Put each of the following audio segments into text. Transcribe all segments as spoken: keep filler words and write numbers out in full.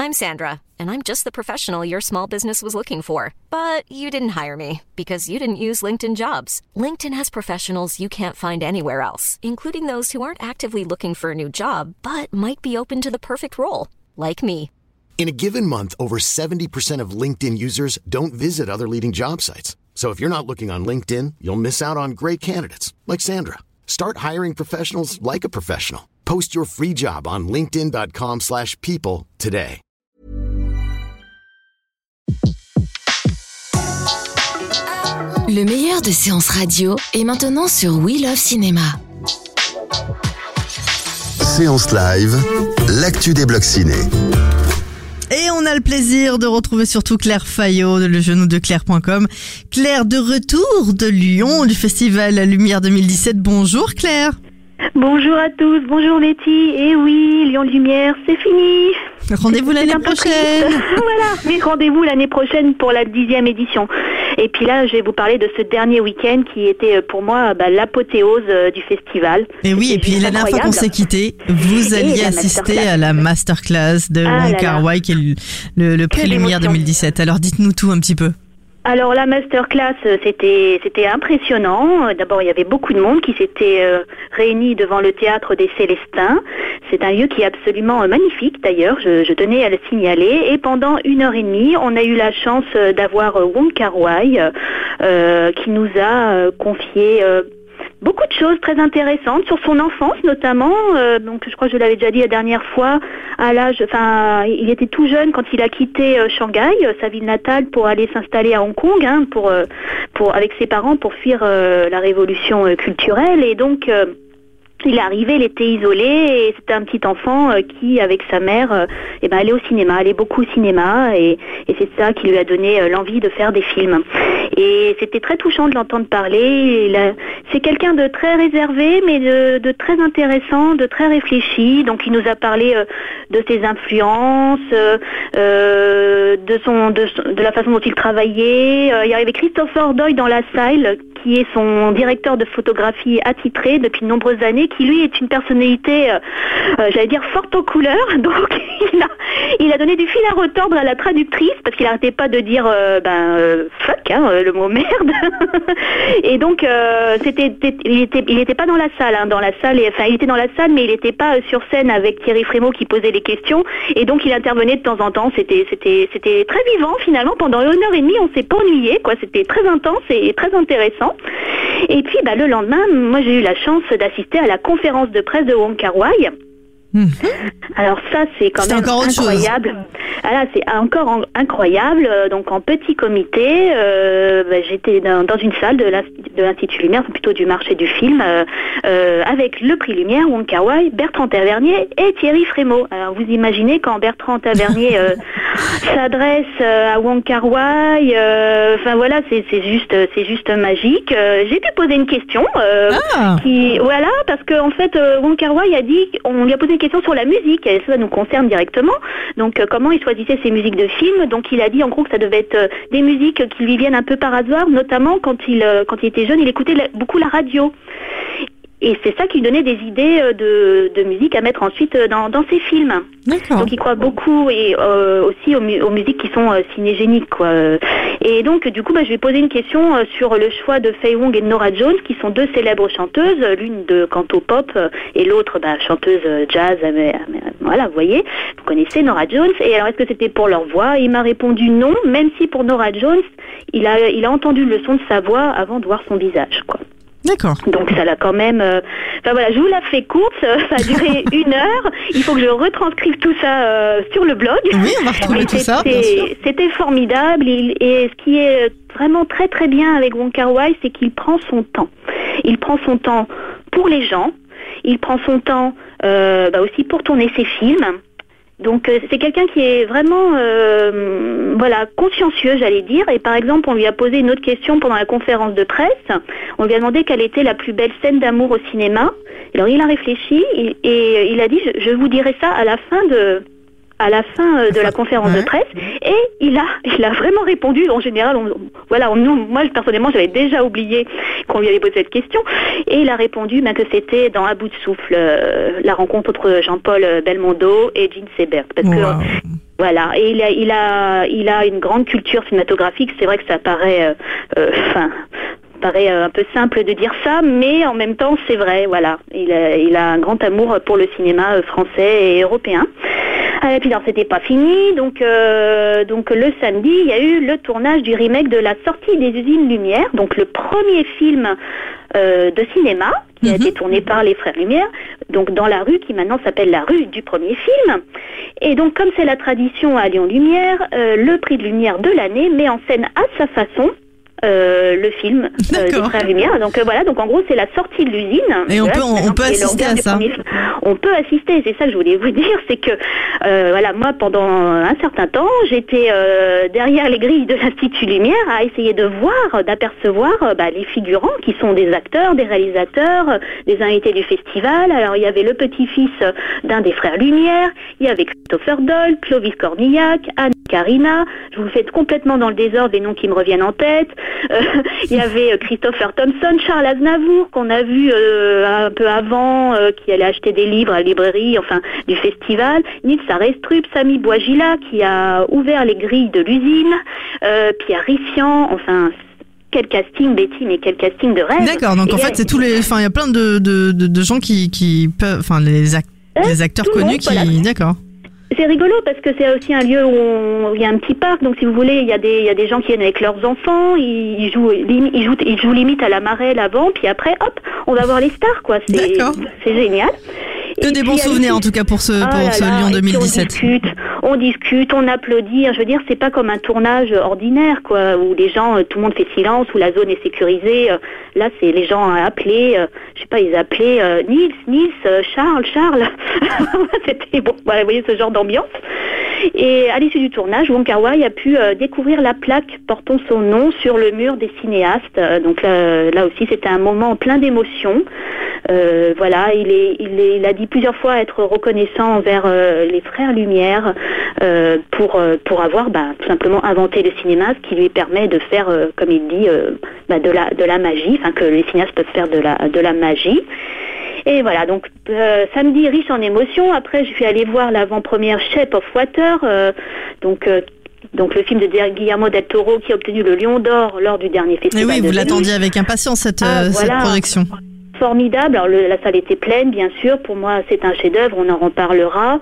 I'm Sandra, and I'm just the professional your small business was looking for. But you didn't hire me because you didn't use LinkedIn Jobs. LinkedIn has professionals you can't find anywhere else, including those who aren't actively looking for a new job, but might be open to the perfect role, like me. In a given month, over seventy percent of LinkedIn users don't visit other leading job sites. So if you're not looking on LinkedIn, you'll miss out on great candidates like Sandra. Start hiring professionals like a professional. Post your free job on linkedin.com slash people today. Le meilleur de séances radio est maintenant sur We Love Cinéma. Séance live, l'actu des blocs ciné. Et on a le plaisir de retrouver surtout Claire Fayot de le genou de claire point com. Claire, de retour de Lyon, du festival La Lumière deux mille dix-sept. Bonjour Claire. Bonjour à tous, bonjour Letty. Et oui, Lyon Lumière, c'est fini. Rendez-vous c'est, l'année c'est prochaine. Voilà, mais rendez-vous l'année prochaine pour la dixième édition. Et puis là, je vais vous parler de ce dernier week-end qui était pour moi bah, l'apothéose du festival. Et oui, C'était et puis la dernière fois qu'on s'est quitté, vous alliez assister à la masterclass de ah Wong Kar-wai, qui est le, le, le prix Lumière deux mille dix-sept. Alors dites-nous tout un petit peu. Alors la masterclass, c'était c'était impressionnant. D'abord, il y avait beaucoup de monde qui s'était euh, réuni devant le théâtre des Célestins. C'est un lieu qui est absolument magnifique d'ailleurs, je, je tenais à le signaler. Et pendant une heure et demie, on a eu la chance d'avoir Wong Kar-wai euh, qui nous a euh, confié euh, beaucoup de choses très intéressantes sur son enfance notamment. Euh, donc je crois que je l'avais déjà dit la dernière fois. À l'âge, enfin, il était tout jeune quand il a quitté euh, Shanghai, euh, sa ville natale, pour aller s'installer à Hong Kong, hein, pour, euh, pour avec ses parents pour fuir euh, la révolution euh, culturelle. Et donc euh, il est arrivé, il était isolé et c'était un petit enfant euh, qui, avec sa mère, euh, eh ben, allait au cinéma, allait beaucoup au cinéma et, et c'est ça qui lui a donné euh, l'envie de faire des films. Et c'était très touchant de l'entendre parler. Il a, c'est quelqu'un de très réservé, mais de, de très intéressant, de très réfléchi. Donc il nous a parlé euh, de ses influences, euh, de son, de, de la façon dont il travaillait. Euh, il y avait Christopher Doyle dans la salle, qui est son directeur de photographie attitré depuis de nombreuses années, qui lui est une personnalité, euh, euh, j'allais dire, forte aux couleurs. Donc il a, il a donné du fil à retordre à la traductrice, parce qu'il n'arrêtait pas de dire euh, ben euh, fuck, hein, le mot merde. Et donc euh, c'était, il était, il était pas dans la salle, hein, dans la salle, et, enfin il était dans la salle, mais il n'était pas sur scène avec Thierry Frémaux qui posait les questions. Et donc il intervenait de temps en temps. C'était, c'était, c'était très vivant finalement. Pendant une heure et demie, on s'est pas ennuyé, quoi. C'était très intense et très intéressant. Et puis bah, le lendemain, moi j'ai eu la chance d'assister à la conférence de presse de Wong Kar-wai. Mmh. Alors ça c'est quand c'est même encore incroyable. Ah là c'est encore en, incroyable. Donc en petit comité, euh, bah, j'étais dans, dans une salle de, de l'Institut Lumière, plutôt du marché du film, euh, euh, avec le prix Lumière, Wong Kar-wai, Bertrand Tavernier et Thierry Frémaux. Alors vous imaginez quand Bertrand Tavernier euh, s'adresse euh, à Wong Kar-wai, euh, enfin voilà, c'est, c'est juste, c'est juste magique. Euh, j'ai pu poser une question, euh, ah. qui, voilà, parce que en fait euh, Wong Kar-wai a dit, on lui a posé une question sur la musique, et ça nous concerne directement. Donc euh, comment il choisissait ses musiques de films. Donc il a dit en gros que ça devait être euh, des musiques qui lui viennent un peu par hasard, notamment quand il euh, quand il était jeune, il écoutait la, beaucoup la radio. Et c'est ça qui lui donnait des idées de, de musique à mettre ensuite dans, dans ses films. D'accord. Donc il croit beaucoup et euh, aussi aux, mu- aux musiques qui sont euh, cinégéniques, quoi. Et donc du coup, bah, je vais poser une question euh, sur le choix de Faye Wong et de Norah Jones, qui sont deux célèbres chanteuses, l'une de cantopop euh, et l'autre bah, chanteuse jazz. Euh, euh, voilà, vous voyez, vous connaissez Norah Jones. Et alors, est-ce que c'était pour leur voix? Il m'a répondu non, même si pour Norah Jones, il a, il a entendu le son de sa voix avant de voir son visage, quoi. D'accord. Donc ça l'a quand même... Euh... Enfin voilà, je vous la fais courte, ça a duré une heure. Il faut que je retranscrive tout ça euh, sur le blog. Oui, on va retrouver tout ça, bien sûr. C'était formidable. Il, et ce qui est vraiment très très bien avec Wong Kar-wai, c'est qu'il prend son temps. Il prend son temps pour les gens. Il prend son temps euh, bah aussi pour tourner ses films. Donc euh, c'est quelqu'un qui est vraiment euh, voilà, consciencieux, j'allais dire. Et par exemple, on lui a posé une autre question pendant la conférence de presse. On lui a demandé quelle était la plus belle scène d'amour au cinéma. Alors il a réfléchi et, et il a dit je, je vous dirai ça à la fin de à la fin de la conférence ouais. de presse. Et il a il a vraiment répondu. En général, on, voilà, on, nous, moi personnellement, j'avais déjà oublié qu'on lui avait posé cette question. Et il a répondu ben, que c'était dans À bout de souffle, euh, la rencontre entre Jean-Paul Belmondo et Jean Seberg. Parce wow. que Voilà, et il a, il a, il a une grande culture cinématographique. C'est vrai que ça paraît, euh, enfin, paraît un peu simple de dire ça, mais en même temps, c'est vrai. Voilà, il a, il a un grand amour pour le cinéma français et européen. Et puis, alors, c'était pas fini. Donc, euh, donc le samedi, il y a eu le tournage du remake de La Sortie des Usines Lumière, donc le premier film euh, de cinéma qui a mm-hmm. été tourné par les Frères Lumière, donc dans la rue qui maintenant s'appelle la rue du premier film. Et donc, comme c'est la tradition à Lyon Lumière, euh, le prix de Lumière de l'année met en scène à sa façon Euh, le film euh, des Frères Lumière. Donc euh, voilà, donc en gros c'est la sortie de l'usine. Et on voilà, peut on, on peut assister à ça. On peut assister, c'est ça que je voulais vous dire, c'est que euh, voilà, moi pendant un certain temps, j'étais euh, derrière les grilles de l'Institut Lumière à essayer de voir, d'apercevoir euh, bah, les figurants qui sont des acteurs, des réalisateurs, euh, des invités du festival. Alors il y avait le petit-fils d'un des Frères Lumière, il y avait Christopher Doyle, Clovis Cornillac, Anne Carina. Je vous fais complètement dans le désordre les noms qui me reviennent en tête. Euh, il y avait Christopher Thompson, Charles Aznavour qu'on a vu euh, un peu avant, euh, qui allait acheter des livres à la librairie, enfin du festival. Nils Arestrup, Sami Bouajila qui a ouvert les grilles de l'usine, euh, Pierre Rifian, enfin quel casting, Betty, mais quel casting de rêve. D'accord, donc et en fait a... c'est tous les, enfin il y a plein de de, de, de gens qui qui peuvent, enfin les, act... euh, les acteurs connus monde, qui, voilà. D'accord. C'est rigolo parce que c'est aussi un lieu où, on, où il y a un petit parc, donc si vous voulez, il y a des, il y a des gens qui viennent avec leurs enfants, ils, ils jouent, ils jouent, ils jouent limite à la marelle avant, puis après, hop, on va voir les stars, quoi. C'est, c'est génial. Que et des bons souvenirs en tout cas pour ce, oh pour ce là, Lyon deux mille dix-sept. On discute, on discute, on applaudit. Je veux dire, c'est pas comme un tournage ordinaire, quoi, où les gens, tout le monde fait silence, où la zone est sécurisée. Là, c'est les gens appelés, je sais pas, ils appelaient euh, Nils, Nils, Charles, Charles. C'était bon, voilà, vous voyez ce genre d'ambiance. Et à l'issue du tournage, Wong Kar-wai a pu euh, découvrir la plaque portant son nom sur le mur des cinéastes. Euh, donc là, là aussi, c'était un moment plein d'émotions. Euh, voilà, il, est, il, est, il a dit plusieurs fois être reconnaissant envers euh, les Frères Lumière euh, pour euh, pour avoir bah, tout simplement inventé le cinéma, ce qui lui permet de faire, euh, comme il dit, euh, bah, de la de la magie, enfin que les cinéastes peuvent faire de la de la magie. Et voilà, donc euh, samedi riche en émotions. Après, je suis allée voir l'avant-première Shape of Water, euh, donc euh, donc le film de Guillermo del Toro qui a obtenu le Lion d'Or lors du dernier festival. Et oui, de vous l'attendiez avec impatience cette, ah, euh, voilà. cette projection. Formidable. Alors le, la salle était pleine, bien sûr. Pour moi, c'est un chef-d'œuvre. On en reparlera.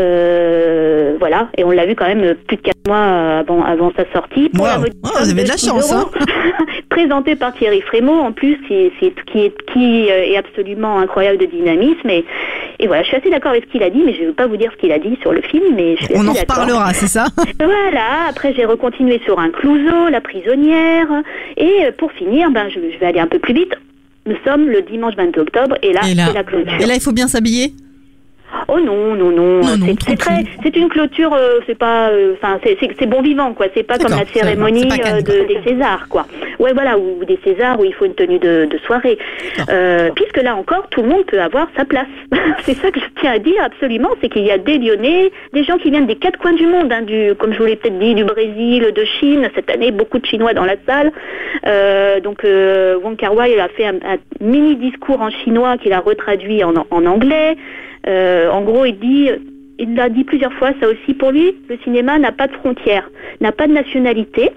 Euh, voilà. Et on l'a vu quand même plus de quatre mois avant, avant sa sortie. Pour wow. Oh, vous avez de la chance, hein. Présenté par Thierry Frémaux, en plus, c'est, c'est qui est qui est absolument incroyable de dynamisme. Et, et voilà, je suis assez d'accord avec ce qu'il a dit, mais je ne veux pas vous dire ce qu'il a dit sur le film. Mais je suis on assez en d'accord. reparlera, c'est ça. Voilà. Après, j'ai recontinué sur un Clouseau, La Prisonnière, et pour finir, ben je, je vais aller un peu plus vite. Nous sommes le dimanche vingt-deux octobre et là, et là, c'est la clôture. Et là, il faut bien s'habiller ? Oh non, non, non. non, non c'est, c'est, très, c'est une clôture, euh, c'est pas, enfin, euh, c'est, c'est, c'est bon vivant, quoi. C'est pas D'accord, comme la cérémonie euh, de, des Césars, quoi. Ouais, voilà, ou des Césars où il faut une tenue de, de soirée. Euh, puisque là encore, tout le monde peut avoir sa place. C'est ça que je tiens à dire absolument, c'est qu'il y a des Lyonnais, des gens qui viennent des quatre coins du monde, hein, du, comme je vous l'ai peut-être dit, du Brésil, de Chine. Cette année, beaucoup de Chinois dans la salle. Euh, donc, euh, Wong Kar-wai a fait un, un mini discours en chinois qu'il a retraduit en, en anglais. Euh, en gros, il dit, il l'a dit plusieurs fois, ça aussi pour lui, le cinéma n'a pas de frontières, n'a pas de nationalité.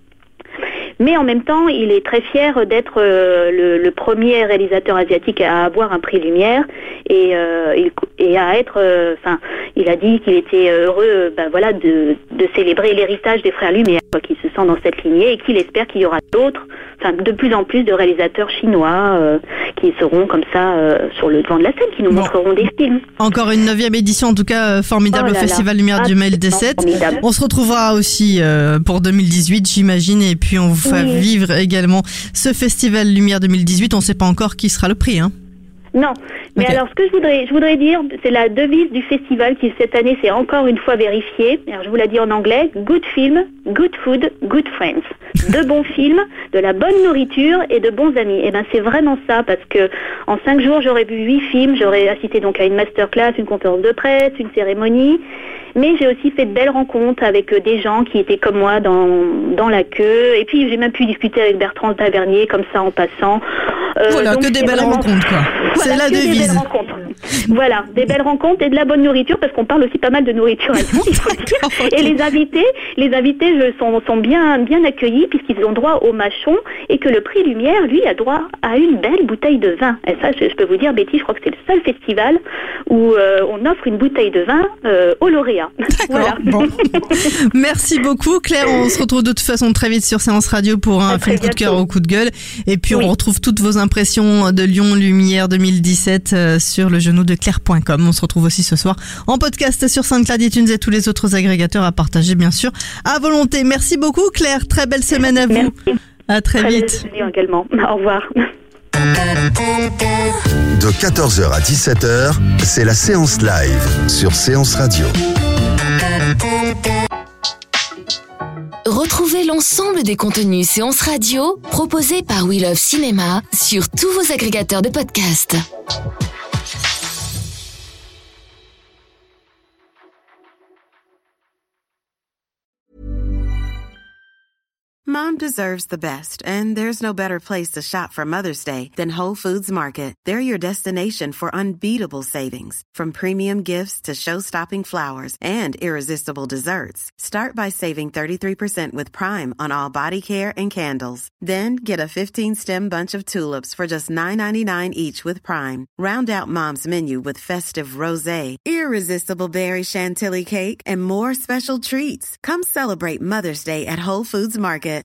Mais en même temps, il est très fier d'être euh, le, le premier réalisateur asiatique à avoir un prix Lumière et, euh, il, et à être, enfin, euh, il a dit qu'il était heureux, ben voilà, de, de célébrer l'héritage des Frères Lumière, quoi, qu'il se sent dans cette lignée et qu'il espère qu'il y aura d'autres, enfin, de plus en plus de réalisateurs chinois euh, qui seront comme ça euh, sur le devant de la scène, qui nous bon. montreront des films. Encore une neuvième édition, en tout cas, formidable oh là Festival là. Lumière ah, du deux mille dix-sept. On se retrouvera aussi euh, pour deux mille dix-huit, j'imagine, et puis on vous faire oui. vivre également ce Festival Lumière deux mille dix-huit. On ne sait pas encore qui sera le prix, hein. Non, mais okay. alors ce que je voudrais, je voudrais dire, c'est la devise du festival qui cette année s'est encore une fois vérifiée. Alors je vous la dis en anglais: good film, good food, good friends. De bons films, de la bonne nourriture et de bons amis. Et ben c'est vraiment ça, parce que en cinq jours j'aurais vu huit films, j'aurais assisté donc à une masterclass, une conférence de presse, une cérémonie. Mais j'ai aussi fait de belles rencontres avec des gens qui étaient comme moi dans dans la queue. Et puis j'ai même pu discuter avec Bertrand Tavernier comme ça en passant. Euh, voilà, que des belles vraiment... rencontres, quoi. Voilà, c'est la devise. Des belles rencontres. Voilà, des belles rencontres et de la bonne nourriture, parce qu'on parle aussi pas mal de nourriture à Lyon, il faut le dire. Et les invités, les invités je, sont, sont bien, bien accueillis, puisqu'ils ont droit au mâchon, et que le prix Lumière, lui, a droit à une belle bouteille de vin. Et ça, je, je peux vous dire, Betty, je crois que c'est le seul festival où euh, on offre une bouteille de vin euh, aux lauréats. D'accord, voilà. Bon. Merci beaucoup, Claire. On se retrouve de toute façon très vite sur Séance Radio pour un film coup de cœur ou coup de gueule. Et puis, oui. on retrouve toutes vos impressions de Lyon Lumière deux mille dix-sept euh, sur le genou de claire point com. On se retrouve aussi ce soir en podcast sur SoundCloud, iTunes et tous les autres agrégateurs à partager, bien sûr, à volonté. Merci beaucoup, Claire. Très belle semaine à vous. Merci. À très, très vite. Également. Au revoir. De quatorze heures à dix-sept heures, c'est la séance live sur Séance Radio. Retrouvez l'ensemble des contenus Séance Radio proposés par We Love Cinéma sur tous vos agrégateurs de podcasts. Mom deserves the best, and there's no better place to shop for Mother's Day than Whole Foods Market. They're your destination for unbeatable savings, from premium gifts to show-stopping flowers and irresistible desserts. Start by saving thirty-three percent with Prime on all body care and candles. Then get a fifteen-stem bunch of tulips for just nine ninety-nine each with Prime. Round out Mom's menu with festive rosé, irresistible berry chantilly cake, and more special treats. Come celebrate Mother's Day at Whole Foods Market.